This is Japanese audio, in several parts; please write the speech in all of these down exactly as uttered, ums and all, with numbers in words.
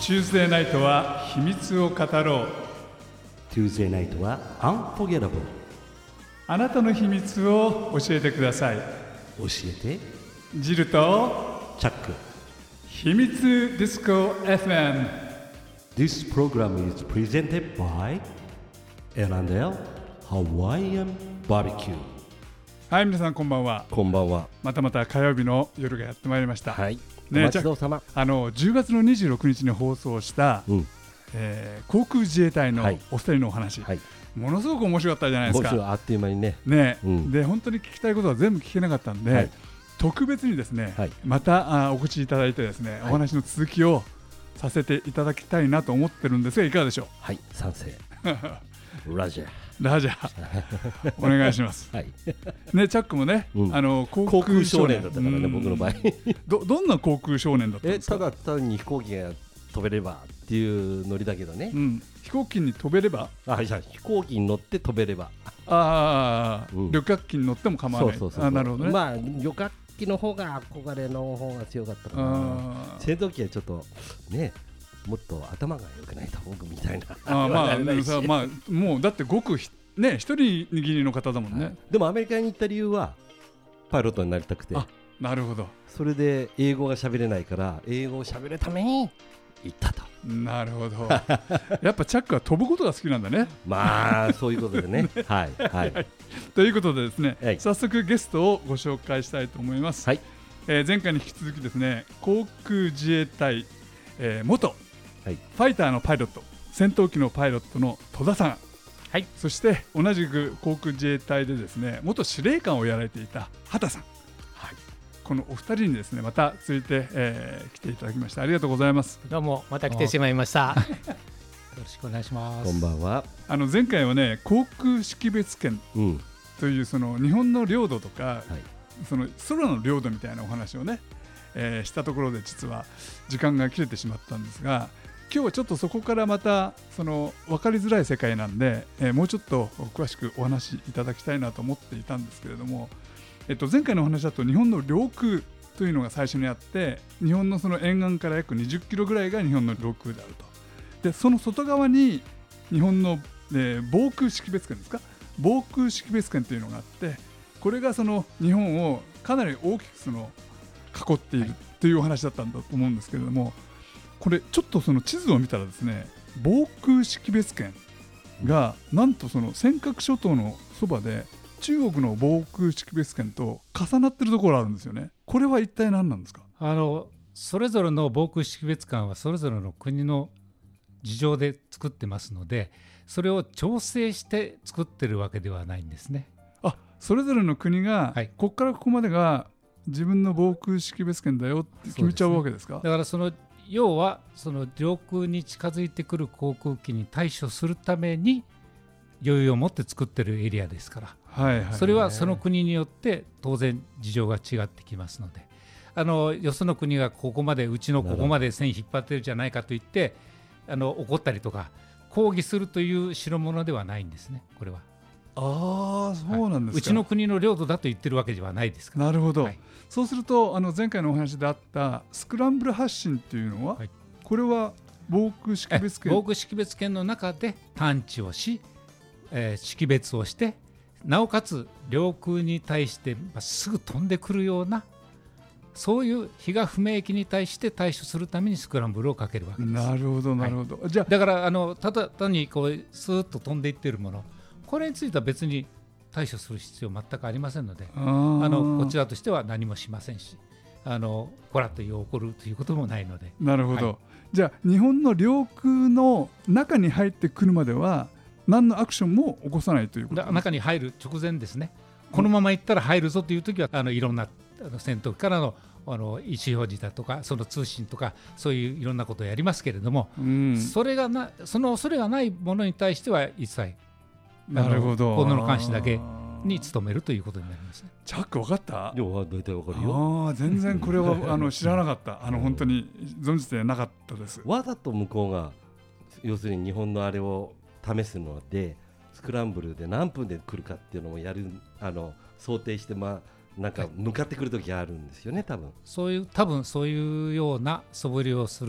Tuesday ナイトは秘密を語ろう。 Tuesday ナイトは Unforgettable。 あなたの秘密を教えてください。 教えてジルとチャック。 秘密ディスコ エフエム。 This program is presented by エルアンドエル Hawaiian Barbecue。 はい、皆さんこんばんは。 こんばんは。 またまた火曜日の夜がやってまいりました。 はい、 ね、 お待ちどうさま。 あのじゅうがつのにじゅうろくにちに放送した、うんえー、航空自衛隊のお二人のお話、はいはい、ものすごく面白かったじゃないですか。 面白い、あっという間にね。 ね、うん、で本当に聞きたいことは全部聞けなかったんで、はい、特別にですね、はい、またあお越しいただいてですね、はい、お話の続きをさせていただきたいなと思ってるんですが、いかがでしょう。 はい、賛成ラジャーラジャーお願いします、はいね、チャックもね、うん、あの航空、 航空少年だったからね、僕の場合ど, どんな航空少年だったんですか。 えただ単に飛行機が飛べればっていうノリだけどね、うん、 飛行機に飛べればあじゃあ飛行機に乗って飛べればあ、うん、旅客機に乗っても構わない。 そうそうそうそう。あ、なるほどね。まあ旅客機の方が憧れの方が強かったかな。戦闘機はちょっとねもっと頭が良くないと僕みたいなあまあ、まあ、もうだってごくね一人握りの方だもんね、はい、 でもアメリカに行った理由はパイロットになりたくて。 あなるほど。 それで英語が喋れないから英語を喋るために行ったと。 なるほどやっぱチャックは飛ぶことが好きなんだねまあそういうことでねはい、はい、 ということでですね、はい、早速ゲストをご紹介したいと思います、はいえー、前回に引き続きですね航空自衛隊、えー、元はい、ファイターのパイロット、戦闘機のパイロットの戸田さん、はい、そして同じく航空自衛隊でですね元司令官をやられていた畑さん、はい、このお二人にですねまた続いて、えー、来ていただきました。ありがとうございます。 どうもまた来てしまいましたよろしくお願いします。 こんばんは。 あの前回はね航空識別圏というその日本の領土とか、はい、その空の領土みたいなお話をね、えー、したところで実は時間が切れてしまったんですが、今日はちょっとそこからまたその分かりづらい世界なんで、えー、もうちょっと詳しくお話しいただきたいなと思っていたんですけれども、えっと、前回のお話だと日本の領空というのが最初にあって、日本のその沿岸から約にじゅっキロぐらいが日本の領空であると。でその外側に日本の、えー、防空識別圏ですか、防空識別圏というのがあって、これがその日本をかなり大きくその囲っているというお話だったんだと思うんですけれども、これちょっとその地図を見たらですね防空識別圏がなんとその尖閣諸島のそばで中国の防空識別圏と重なっているところがあるんですよね。これは一体何なんですか。 あのそれぞれの防空識別圏はそれぞれの国の事情で作ってますので、それを調整して作ってるわけではないんですね。 あ、それぞれの国が、はい、ここからここまでが自分の防空識別圏だよって決めちゃうわけですか。 だからその要はその領空に近づいてくる航空機に対処するために余裕を持って作ってるエリアですから、はいはい、それはその国によって当然事情が違ってきますので、あのよその国がここまでうちのここまで線引っ張ってるじゃないかといってあの怒ったりとか抗議するという代物ではないんですね。これはああそうなんですか、はい、 うちの国の領土だと言ってるわけではないですから。 なるほど、はい、そうするとあの前回のお話であったスクランブル発進っていうのは、はい、これは防空識別圏防空識別圏の中で探知をし、えー、識別をしてなおかつ領空に対してすぐ飛んでくるようなそういう比嘉不明機に対して対処するためにスクランブルをかけるわけです。 なるほどなるほど、はい、じゃあだからあのただ単にこうスーッと飛んでいっているもの、これについては別に対処する必要全くありませんので、あのこちらとしては何もしませんし、あのこらっと起こるということもないので。 なるほど、 はい、 じゃあ日本の領空の中に入ってくるまでは何のアクションも起こさないということです。 中に入る直前ですね、このまま行ったら入るぞというときはあのいろんなあの戦闘機からのあの意思表示だとかその通信とかそういういろんなことをやりますけれども、うん、それがなその恐れがないものに対しては一切なるほど行動の監視だけに努めるということになります、ね、 チャック分かった？ いや大体分かるよ。 あ全然これはあの知らなかったあの本当に存じてなかったです。 わざと向こうが要するに日本のあれを試すのでスクランブルで何分で来るかっていうのもやるあの想定して、まあなんか向かってくるときがあるんですよね、多分そういう多分そういうような素振りをする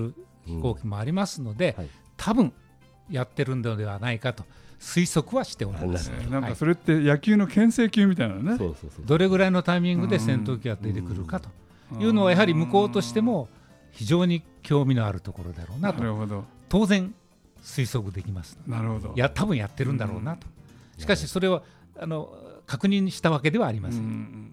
飛行機もありますので、うんはい、多分やってるのではないかと推測はしております。 なんかそれって野球の牽制球みたいなね、はい、 そうそうそうどれぐらいのタイミングで戦闘機が出てくるかというのはやはり向こうとしても非常に興味のあるところだろうなと。 なるほど。 当然推測できます。 なるほど。 いや多分やってるんだろうなと。しかしそれはあの確認したわけではありません。うん、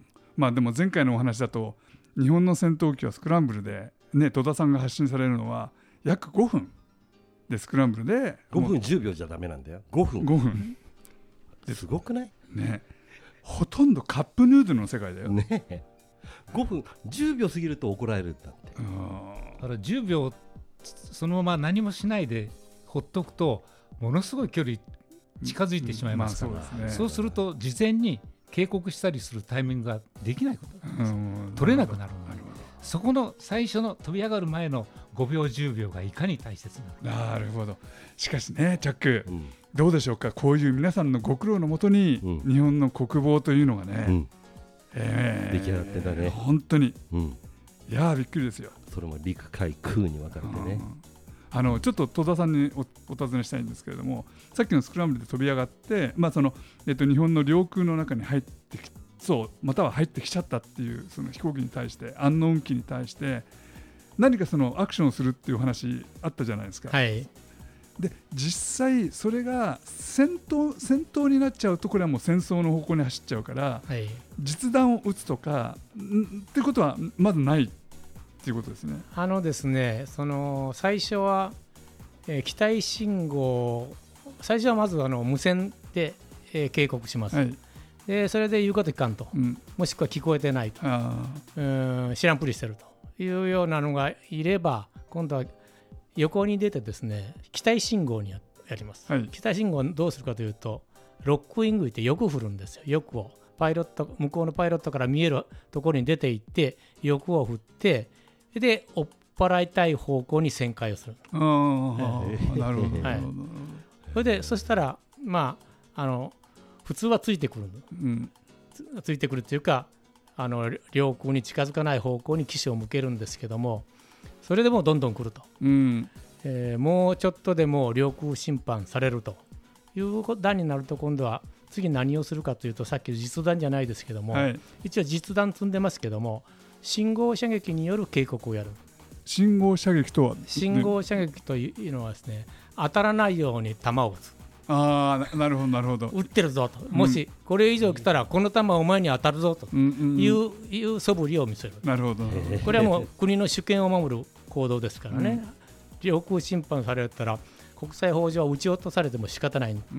まあでも前回のお話だと日本の戦闘機はスクランブルでね、戸田さんが発信されるのは約ごふんでスクランブルでごふんじゅうびょうじゃダメなんだよ。ごふんごふんすごくない？ ね、ほとんどカップヌードルの世界だよね。ごふんじゅうびょう過ぎると怒られるんだって。 だからじゅうびょうそのまま何もしないでほっとくとものすごい距離近づいてしまいますから、うんまあ そうですね、そうすると事前に警告したりするタイミングができないことなんです、うん、取れなくなるので、そこの最初の飛び上がる前のごびょうじゅうびょうがいかに大切なのか。 なるほど。しかしねチャック、うん、どうでしょうか、こういう皆さんのご苦労のもとに、うん、日本の国防というのがね、うんえー、出来上がってたね。 本当に、うん、いやーびっくりですよ。 それも陸海空に分かれてね。 あのちょっと戸田さんに お, お尋ねしたいんですけれども、さっきのスクランブルで飛び上がって、まあそのえっと、日本の領空の中に入ってきそうまたは入ってきちゃったっていうその飛行機に対してアンノーン機に対して何かそのアクションをするっていう話あったじゃないですか、 はい、 で実際それが戦闘、戦闘になっちゃうとこれはもう戦争の方向に走っちゃうから、はい、実弾を撃つとかってことはまずないっていうことですね。 あのですね、その最初は、えー、機体信号、最初はまずあの無線で、えー、警告します、はい、でそれで言うこと聞かんと、うん、もしくは聞こえてないと、うん知らんぷりしてるというようなのがいれば、今度は横に出てですね機体信号に や, やります、はい、機体信号をどうするかというと、ロックウィングって翼振るんですよ。翼をパイロット向こうのパイロットから見えるところに出ていって翼を振って、で追っ払いたい方向に旋回をする。 あ、はい、なるほど、はい、 それでそしたらまああの普通はついてくる、うん、つ, ついてくるというか、あの領空に近づかない方向に機首を向けるんですけども、それでもどんどん来ると、うんえー、もうちょっとでも領空侵犯されるという段になると、今度は次何をするかというと、さっきの実弾じゃないですけども、はい、一応実弾積んでますけども、信号射撃による警告をやる。 信号射撃とは、 信号射撃というのはですね、当たらないように弾を撃つ。 ああ、なるほどなるほど。 撃ってるぞと、もしこれ以上来たらこの弾お前に当たるぞという、うんうんうん、いう素振りを見せる。 なるほど。 これはもう国の主権を守る行動ですからね、うん、領空侵犯されたら国際法上は撃ち落とされても仕方ない、うんうん、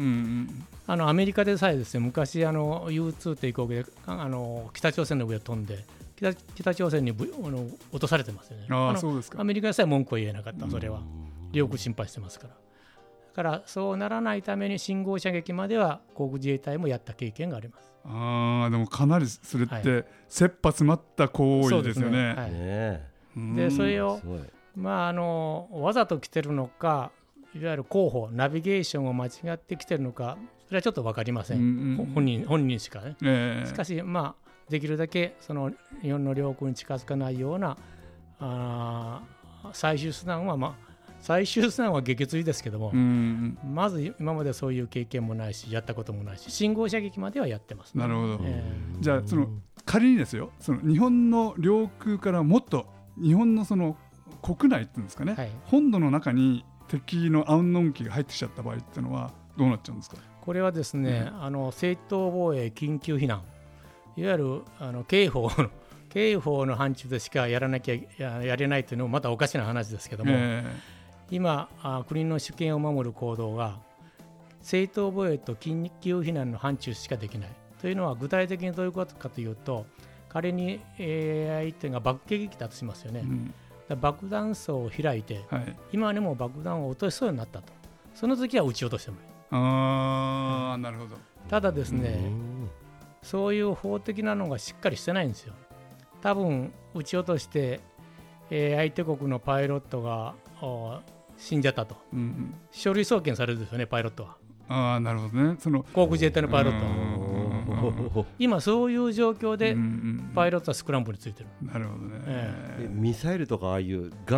あのアメリカでさえですね、昔あの ユーツー って飛行機であの北朝鮮の上を飛んで 北, 北朝鮮にぶあの落とされてますよね。 ああ、そうですか。 アメリカでさえ文句を言えなかった。それは領空侵犯してますから。だからそうならないために信号射撃までは航空自衛隊もやった経験があります。 ああ、でもかなりそれって切羽詰まった行為ですよね。はい、 ねでそれを、まあ、あのわざと来てるのか、いわゆる広報ナビゲーションを間違ってきてるのか、それはちょっと分かりません、うんうん、本人本人しかね、えー、しかし、まあ、できるだけその日本の領空に近づかないようなあ最終手段は、まあ、最終手段は撃墜ですけども、うんうん、まず今までそういう経験もないし、やったこともないし、信号射撃まではやってます、ね、 なるほど、えー、じゃあその仮にですよ、その日本の領空からもっと日本のその国内っていうんですかね、はい、本土の中に敵のアンノーン機が入ってきちゃった場合っていうのはどうなっちゃうんですか。 これはですね、うん、あの正当防衛緊急避難、いわゆるあの刑法の刑法の範疇でしかやらなきゃ や, やれないというのもまたおかしな話ですけども、えー、今あ国の主権を守る行動が正当防衛と緊急避難の範疇しかできないというのは、具体的にどういうことかというと、仮に、えー、相手が爆撃機だとしますよね、うん、だ爆弾層を開いて、はい、今でも爆弾を落としそうになったと、その時は撃ち落としてもいい。 あー、なるほど。 ただですね、そういう法的なのがしっかりしてないんですよ。多分撃ち落として、えー、相手国のパイロットが死んじゃったと、うんうん、書類送検されるんですよね、パイロットは。 あー、なるほどね。その航空自衛隊のパイロットは今そういう状況でパイロットはスクランブルについてる、 うんうん、なるほどね、 えー、ミサイルとかああいうガンって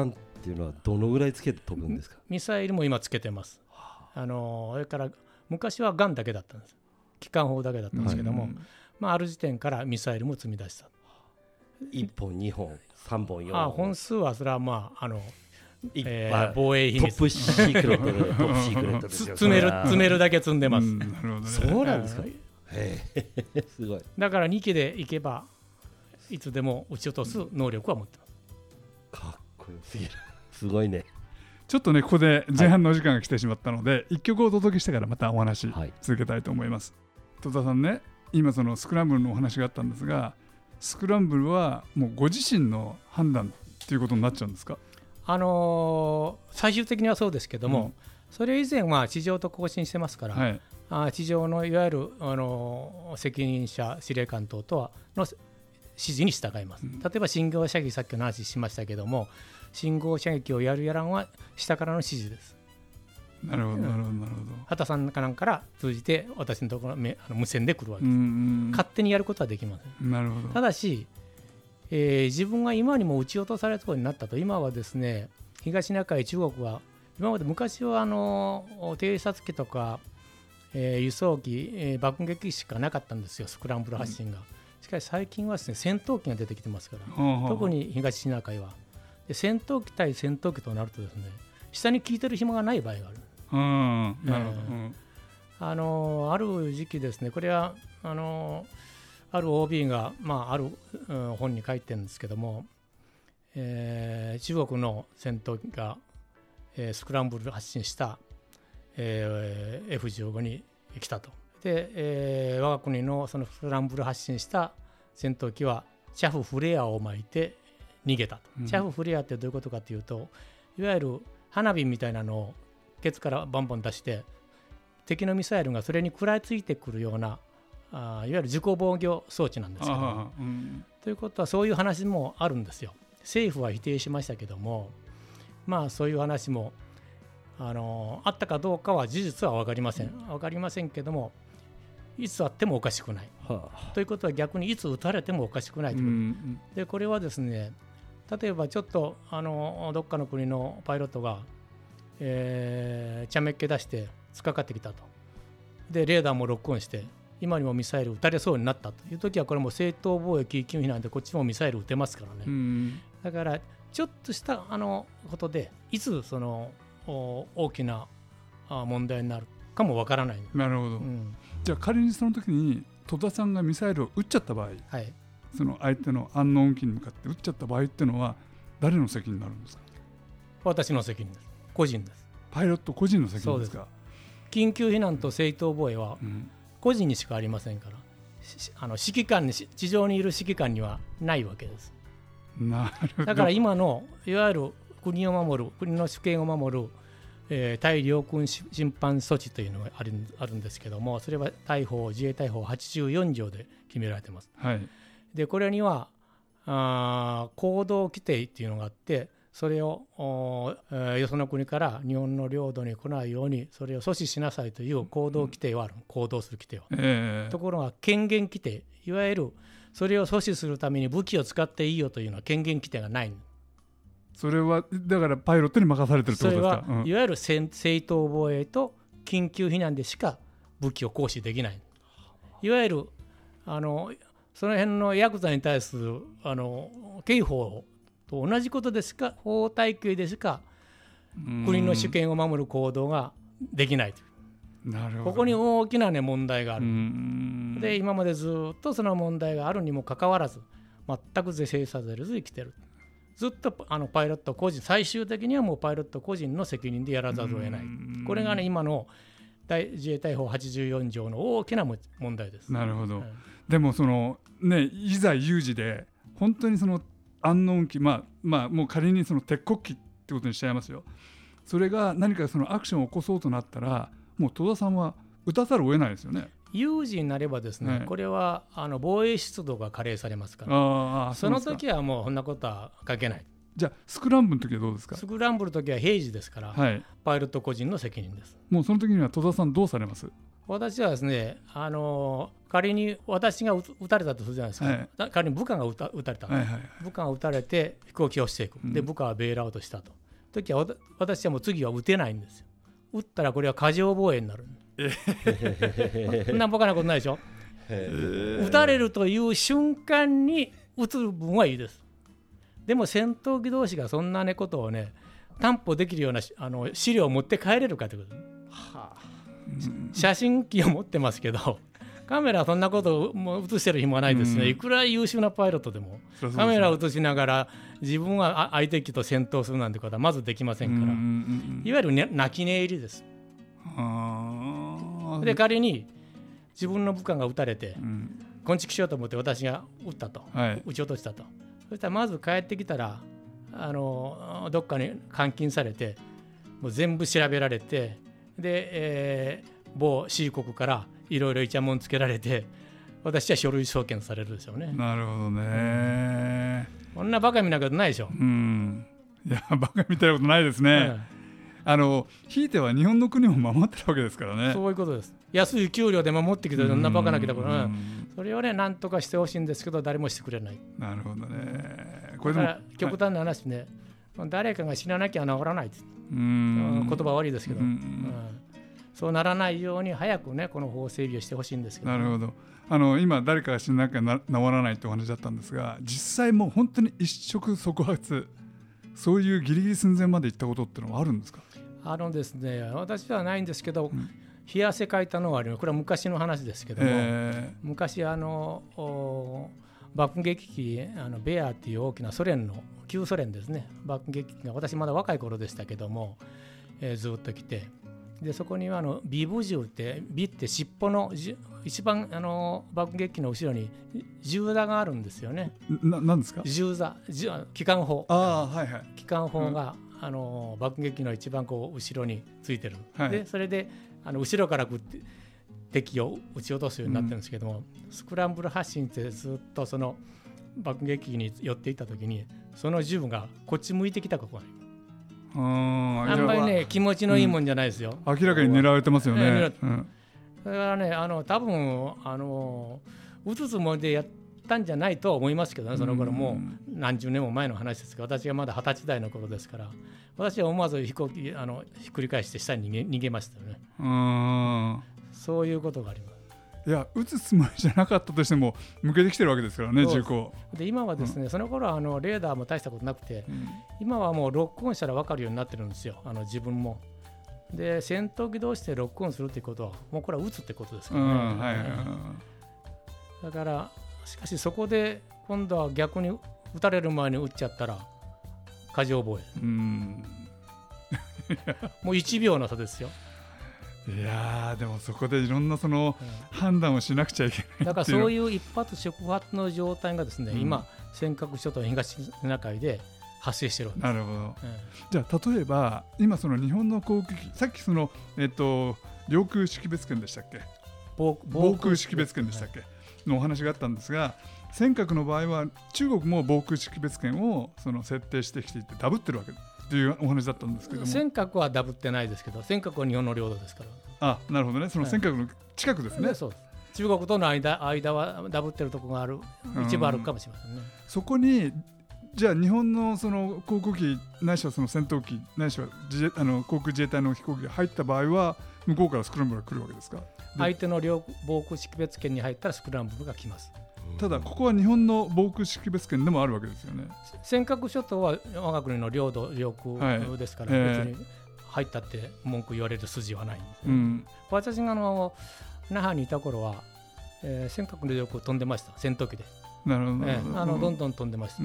っていうのはどのぐらいつけて飛ぶんですか？ ミサイルも今つけてます。あのそれから昔はガンだけだったんです。機関砲だけだったんですけども、はい、まあ、ある時点からミサイルも積み出した。 いっぽんにほんさんぼんよんほん、 あ本数はそれはまああの、えー、防衛秘密トップシークレットでトップシークレットですよ。 詰める詰めるだけ積んでます、うん、 なるほどね、そうなんですか。へえすごい。 だからにきでいけばいつでも撃ち落とす能力は持ってます。 かっこよすぎるすごいね。 ちょっとねここで前半のお時間が来てしまったので、はい、いっきょくお届けしてからまたお話続けたいと思います、はい、戸田さんね、今そのスクランブルのお話があったんですが、スクランブルはもうご自身の判断ということになっちゃうんですか？ あのー、最終的にはそうですけども、うん、それ以前は地上と交信してますから、はい、あ地上のいわゆる、あのー、責任者司令官等とはの指示に従います、うん、例えば信号射撃、さっきの話しましたけども、信号射撃をやるやらんは下からの指示です。 なるほどなるほどなるほど。 畑さんかなんから通じて私のところめあの無線で来るわけです。うんうん、勝手にやることはできません。 なるほど。 ただし、えー、自分が今にも撃ち落とされそうになったと。今はですね、東シナ海、中国は今まで昔はあの偵察機とか、えー、輸送機、えー、爆撃機しかなかったんですよ、スクランブル発進が、うん、しかし最近はですね戦闘機が出てきてますから、うん、特に東シナ海はで戦闘機対戦闘機となるとですね、下に効いてる暇がない場合がある。 うん、なるほど、うん、 あのある時期ですね、これはあのある オービー が、まあ、ある、うん、本に書いてるんですけども、えー、中国の戦闘機が、えー、スクランブル発進した、えー、エフじゅうご に来たと。で、えー、我が国のそのスクランブル発進した戦闘機はチャフフレアを巻いて逃げたと、うん、チャフフレアってどういうことかというと、いわゆる花火みたいなのをケツからバンバン出して敵のミサイルがそれに食らいついてくるような、あいわゆる自己防御装置なんですけど、うん、ということはそういう話もあるんですよ。政府は否定しましたけども、まあそういう話も あのあったかどうかは事実は分かりません分かりませんけども、いつあってもおかしくない、はあ、ということは逆にいつ撃たれてもおかしくないということ、うん、でこれはですね、例えばちょっとあのどっかの国のパイロットが、えー、茶目っ気出して突っかかってきたと。でレーダーもロックオンして今にもミサイル撃たれそうになったというときは、これも正当防衛緊急避難でこっちもミサイル撃てますからね、うん、だからちょっとしたあのことでいつその大きな問題になるかもわからない。 なるほど、うん、じゃあ仮にその時に戸田さんがミサイルを撃っちゃった場合、はい、その相手のアンノーン機に向かって撃っちゃった場合っていうのは誰の責任になるんですか？ 私の責任です。個人です。 パイロット個人の責任ですか？そうです。 緊急避難と正当防衛は個人にしかありませんから、うん、あの指揮官に地上にいる指揮官にはないわけです。 なるほど。 だから今のいわゆる国を守る、国の主権を守る、えー、対領空侵犯措置というのがある、あるんですけども、それは大法自衛隊法はちじゅうよん条で決められています、はい、でこれにはあ行動規定っていうのがあって、それを、えー、よその国から日本の領土に来ないようにそれを阻止しなさいという行動規定はある、うん、行動する規定は、えー、ところが権限規定、いわゆるそれを阻止するために武器を使っていいよというのは権限規定がない。 それはだからパイロットに任されてるってことですか？ それは、うん、いわゆる正当防衛と緊急避難でしか武器を行使できない。いわゆるあのその辺のヤクザに対するあの刑法と同じことでしか、法体系でしか国の主権を守る行動ができないという。なるほど。ここに大きな、ね、問題がある。で今までずっとその問題があるにもかかわらず全く是正されずに来てる。ずっとあのパイロット個人、最終的にはもうパイロット個人の責任でやらざるを得ない。これがね今の大自衛隊法はちじゅうよん条の大きな問題です。 なるほど、はい、でもそのねいざ有事で本当にそのアンノーン機、まあまあもう仮にその敵国機ってことにしちゃいますよ。それが何かそのアクションを起こそうとなったらもう戸田さんは撃たざるを得ないですよね。 有事になればですね、はい、これはあの防衛出動が加齢されますから、あその時はもうそんなことは書けない。 じゃあスクランブルの時はどうですか？ スクランブルの時は平時ですから、はい、パイロット個人の責任です。 もうその時には戸田さんどうされます？ 私はですね、あの仮に私が撃たれたとするじゃないですか、はい、仮に部下が撃た、撃たれた、はいはい、部下が撃たれて飛行機をしていく、うん、で部下はベイルアウトしたと。 時は私はもう次は撃てないんですよ。撃ったらこれは過剰防衛になる。そんなバカなことないでしょ。撃たれるという瞬間に撃つ分はいいです。でも戦闘機同士がそんな、ね、ことをね担保できるようなあの資料を持って帰れるかということ、はあ、写真機を持ってますけどカメラはそんなことをもう映してる暇はないですね、うん、いくら優秀なパイロットでもカメラを映しながら自分は相手機と戦闘するなんてことはまずできませんから、うんうんうん、いわゆる、ね、泣き寝入りです。で仮に自分の部下が撃たれて、うん、根治しようと思って私が撃ったと、はい、撃ち落としたと、そしたらまず帰ってきたらあのどっかに監禁されてもう全部調べられてで、えー、某 C 国からいろいろイチャモンつけられて私は書類送検されるでしょうね。 なるほどね、 うん、こんなバカみたいなことないでしょ、 うん、いやバカみたいなことないですね、うん、あのひいては日本の国を守ってるわけですからね。 そういうことです。安い給料で守ってきてそんなバカなきたこと、うん、それをね何とかしてほしいんですけど誰もしてくれない。 なるほどね。 これでもだから極端な話ね、はい、誰かが死ななきゃ治らないってうん言葉悪いですけど、うんうん、そうならないように早くねこの法整備をしてほしいんですけど、ね、 なるほど。あの今誰かが死ななきゃな治らないってお話だったんですが実際もう本当に一触即発そういうギリギリ寸前まで行ったことってのはあるんですか？ あのですね私はないんですけど、うん冷や汗かいたのはある。これは昔の話ですけども、えー、昔あの爆撃機あのベアっていう大きなソ連の旧ソ連ですね爆撃機が私まだ若い頃でしたけども、えー、ずっと来てでそこにはあのビブ銃ってビって尻尾の一番あの爆撃機の後ろに銃座があるんですよね。 な何ですか？ 銃座機関砲。 あ、はいはい、 機関砲が、うん、あの爆撃機の一番こう後ろについてる、はい、でそれであの後ろから敵を撃ち落とすようになってるんですけども、うん、スクランブル発進ってずっとその爆撃機に寄っていった時にその銃がこっち向いてきたことがあんまりね気持ちのいいもんじゃないですよ、 うん、明らかに狙われてますよね、えーうん、 それからねあの多分あの撃つつもりでやったんじゃないとは思いますけどね。その頃もう何十年も前の話ですが私がまだ二十歳代の頃ですから私は思わず飛行機あのひっくり返して下に逃げ、逃げましたよね。うーんそういうことがあります。 いや撃つつもりじゃなかったとしても向けてきてるわけですからね銃口で今はですね、うん、その頃はあのレーダーも大したことなくて、うん、今はもうロックオンしたら分かるようになってるんですよあの自分も。で戦闘機同士でロックオンするってことはもうこれは撃つってことですからね、うんはいはいはい、だからしかしそこで今度は逆に撃たれる前に撃っちゃったら過剰防衛うんもういちびょうの差ですよ。 いやでもそこでいろんなその判断をしなくちゃいけない、 うん、だからそういう一発触発の状態がですね、うん、今尖閣諸島東シナ海で発生してるわけです。 なるほど、うん、じゃあ例えば今その日本の航空機さっきその、えっと、領空識別圏でしたっけ防空識別圏でしたっけ、はい、のお話があったんですが尖閣の場合は中国も防空識別圏をその設定してきていてダブってるわけというお話だったんですけども尖閣はダブってないですけど尖閣は日本の領土ですから。 あなるほどねその尖閣の近くですね、はい、 そうです中国との 間, 間はダブってるところがある一部あるかもしれませんね。 そこにじゃあ日本のその航空機ないしはその戦闘機ないしは自あの航空自衛隊の飛行機が入った場合は向こうからスクランブルが来るわけですか？ 相手の領防空識別圏に入ったらスクランブルが来ます。 ただここは日本の防空識別圏でもあるわけですよね。 尖閣諸島は我が国の領土領空ですから、はい、別に入ったって文句言われる筋はないんです、ねうん、私があの那覇にいた頃は、えー、尖閣の領空飛んでました戦闘機で。なるほど、えー、あのどんどん飛んでました、うん、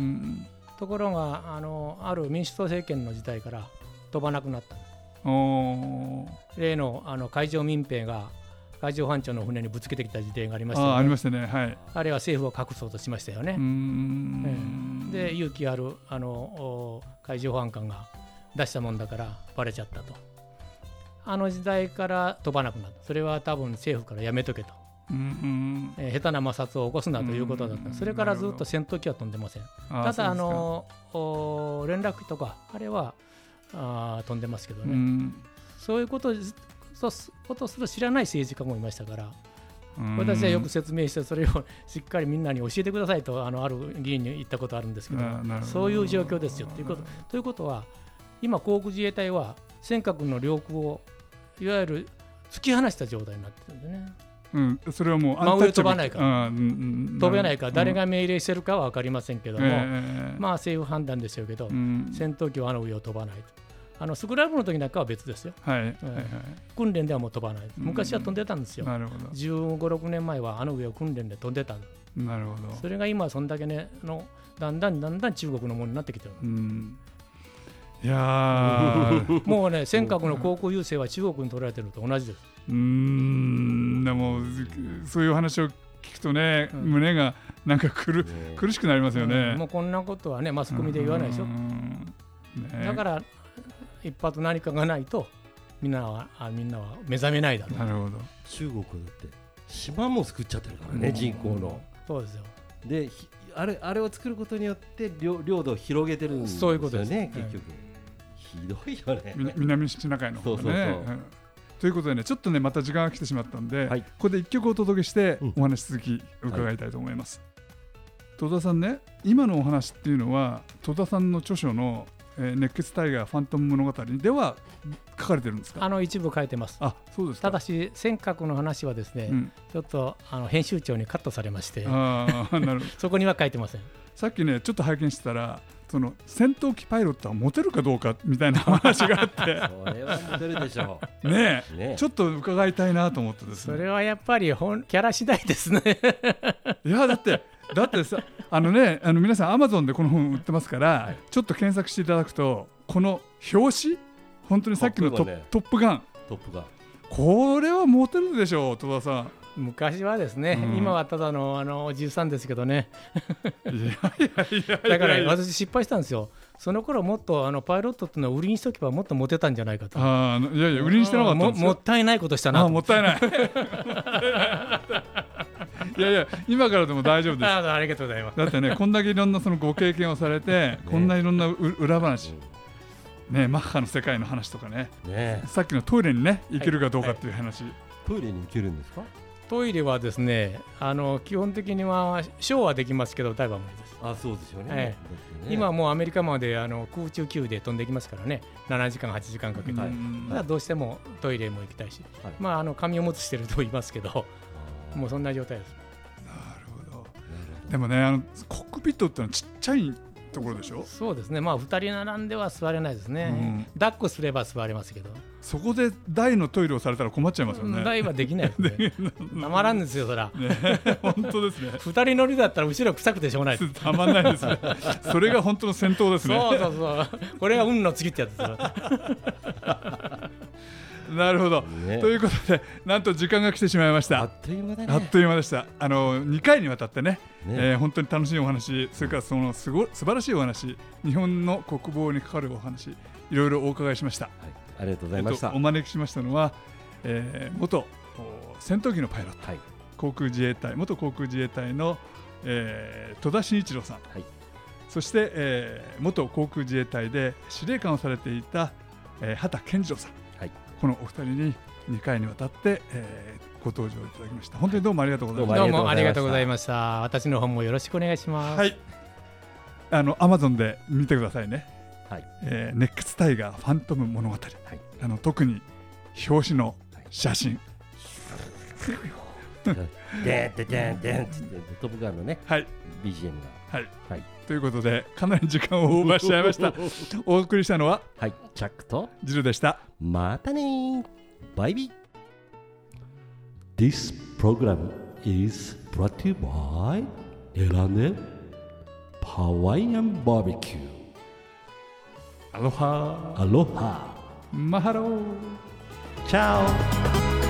ところがあのある民主党政権の時代から飛ばなくなった。お例 の, あの海上民兵が海上保安庁の船にぶつけてきた事例がありましたよね。 あ, ありましたね、はい、 あれは政府を隠そうとしましたよね。うーん、えー、で勇気あるあの海上保安官が出したもんだからバレちゃったと。あの時代から飛ばなくなった。それは多分政府からやめとけと、うんうんえー、下手な摩擦を起こすなということだった。それからずっと戦闘機は飛んでません。ただあの連絡機とかあれはあ飛んでますけどね、うん、そういうことことする知らない政治家もいましたから、私はよく説明してそれをしっかりみんなに教えてくださいと あ, のある議員に言ったことあるんですけど、そういう状況ですよということ。ということは今航空自衛隊は尖閣の領空をいわゆる突き放した状態になってるんですね。 うん、それはもう真上飛ばないから、 うん、 飛べないから誰が命令してるかは分かりませんけども、えー、まあ政府判断でしょうけど、うん、戦闘機はあの上を飛ばないと。あのスクランブルの時なんかは別ですよ、はいはいはい、訓練ではもう飛ばない。昔は飛んでたんですよ、うん、なるほど。じゅうご、ろくねんまえはあの上を訓練で飛んでた。 なるほど。 それが今はそんだけねのだんだんだんだん中国のものになってきてる、うん、 いやもうね尖閣の航空優勢は中国に取られてるのと同じです。 うーん、でもそういう話を聞くとね、うん、胸がなんか苦苦しくなりますよね、 うん、もうこんなことはねマスコミで言わないでしょ、ね、だから一発何かがないとみんなはあみんなは目覚めないだろう。 なるほど。 中国だって島も作っちゃってるからね、うん、人口の。 そうですよ。 であれあれを作ることによって領領土を広げてるんですよね。 そういうことです結局、はい、ひどいよね。 南シナ海の方がね。そうそうそう、うん、ということでね、ちょっとねまた時間が来てしまったんで、はい、ここでいっきょくお届けしてお話続き伺いたいと思います、はい、戸田さんね、今のお話っていうのは戸田さんの著書の、えー、熱血タイガーファントム物語では書かれてるんですか？ あの一部書いてます。 あ、そうですか。 ただし尖閣の話はですね、うん、ちょっとあの編集長にカットされまして、 あなるほどそこには書いてません。 さっきねちょっと拝見してたら、その戦闘機パイロットはモテるかどうかみたいな話があってそれはモテるでしょうねえ、ねえちょっと伺いたいなと思ってですね。 それはやっぱり本キャラ次第ですねいやだってだってさあのねあの皆さんアマゾンでこの本売ってますから、はい、ちょっと検索していただくとこの表紙本当にさっきのトップ、ね、トップガントップガンこれはモテるでしょう戸田さん。 昔はですね、うん、今はただのあのおじいさんですけどねいやいやいやだから私失敗したんですよ。その頃もっとあのパイロットっていうのは売りにしとけばもっとモテたんじゃないかと。 あいやいや売りにしてなかったんですよ。 も, もったいないことしたなと。 あもったいないいやいや今からでも大丈夫です。 あ, ありがとうございます。 だってねこんだけいろんなそのご経験をされて、ね、こんないろんな裏話、うんね、マッハの世界の話とか ね, ねさっきのトイレにね行けるかどうかっていう話、はいはい、 トイレに行けるんですか？ トイレはですねあの基本的にはショーはできますけどタイは無理です。 あそうですよね、はいね今はもうアメリカまであの空中給で飛んできますからねななじかんはちじかんかけて、はい、ただどうしてもトイレも行きたいし、はい、まああの紙おむつしてると言いますけどもうそんな状態です。 なるほど。でもねあのコックピットってのはちっちゃいところでしょ？ そうですね。まあふたり並んでは座れないですね、うん、抱っこすれば座れますけどそこで大のトイレをされたら困っちゃいますよね。 大はできないですねたまらんですよそら、 ね、本当ですねふたり乗りだったら後ろ臭くてしょうがないです。 たまんないですねそれが本当の戦闘ですねそうそうそうこれが運の次ってやつですよなるほど、ね、ということでなんと時間が来てしまいました。 あっという間だね。 あっという間でした。あのにかいにわたってね、ねえー、本当に楽しいお話、それからそのすご素晴らしいお話、日本の国防に関わるお話いろいろお伺いしました、はい、 ありがとうございました、 えっと、お招きしましたのは、えー、元戦闘機のパイロット、はい、航空自衛隊元航空自衛隊の、えー、戸田真一郎さん、はい、そして、えー、元航空自衛隊で司令官をされていた、えー、畑健次郎さん、はい、このお二人ににかいにわたって、えー、ご登場いただきました。本当にどうもありがとうございました。 どうもありがとうございました。私の本もよろしくお願いします。 はい、あの Amazon で見てくださいね、はいえー、熱血タイガーファントム物語、はい、あの特に表紙の写真、 はい、ででででんってトップガンのね、はい、ビージーエム が、はいはい、ということでかなり時間をオーバーしちゃいましたお送りしたのは、 はい、チャックとジルでした。 またねバイビー。 This program is brought to you by エラネハワイアンバーベキュー。 アロハアロハマハローチャオ。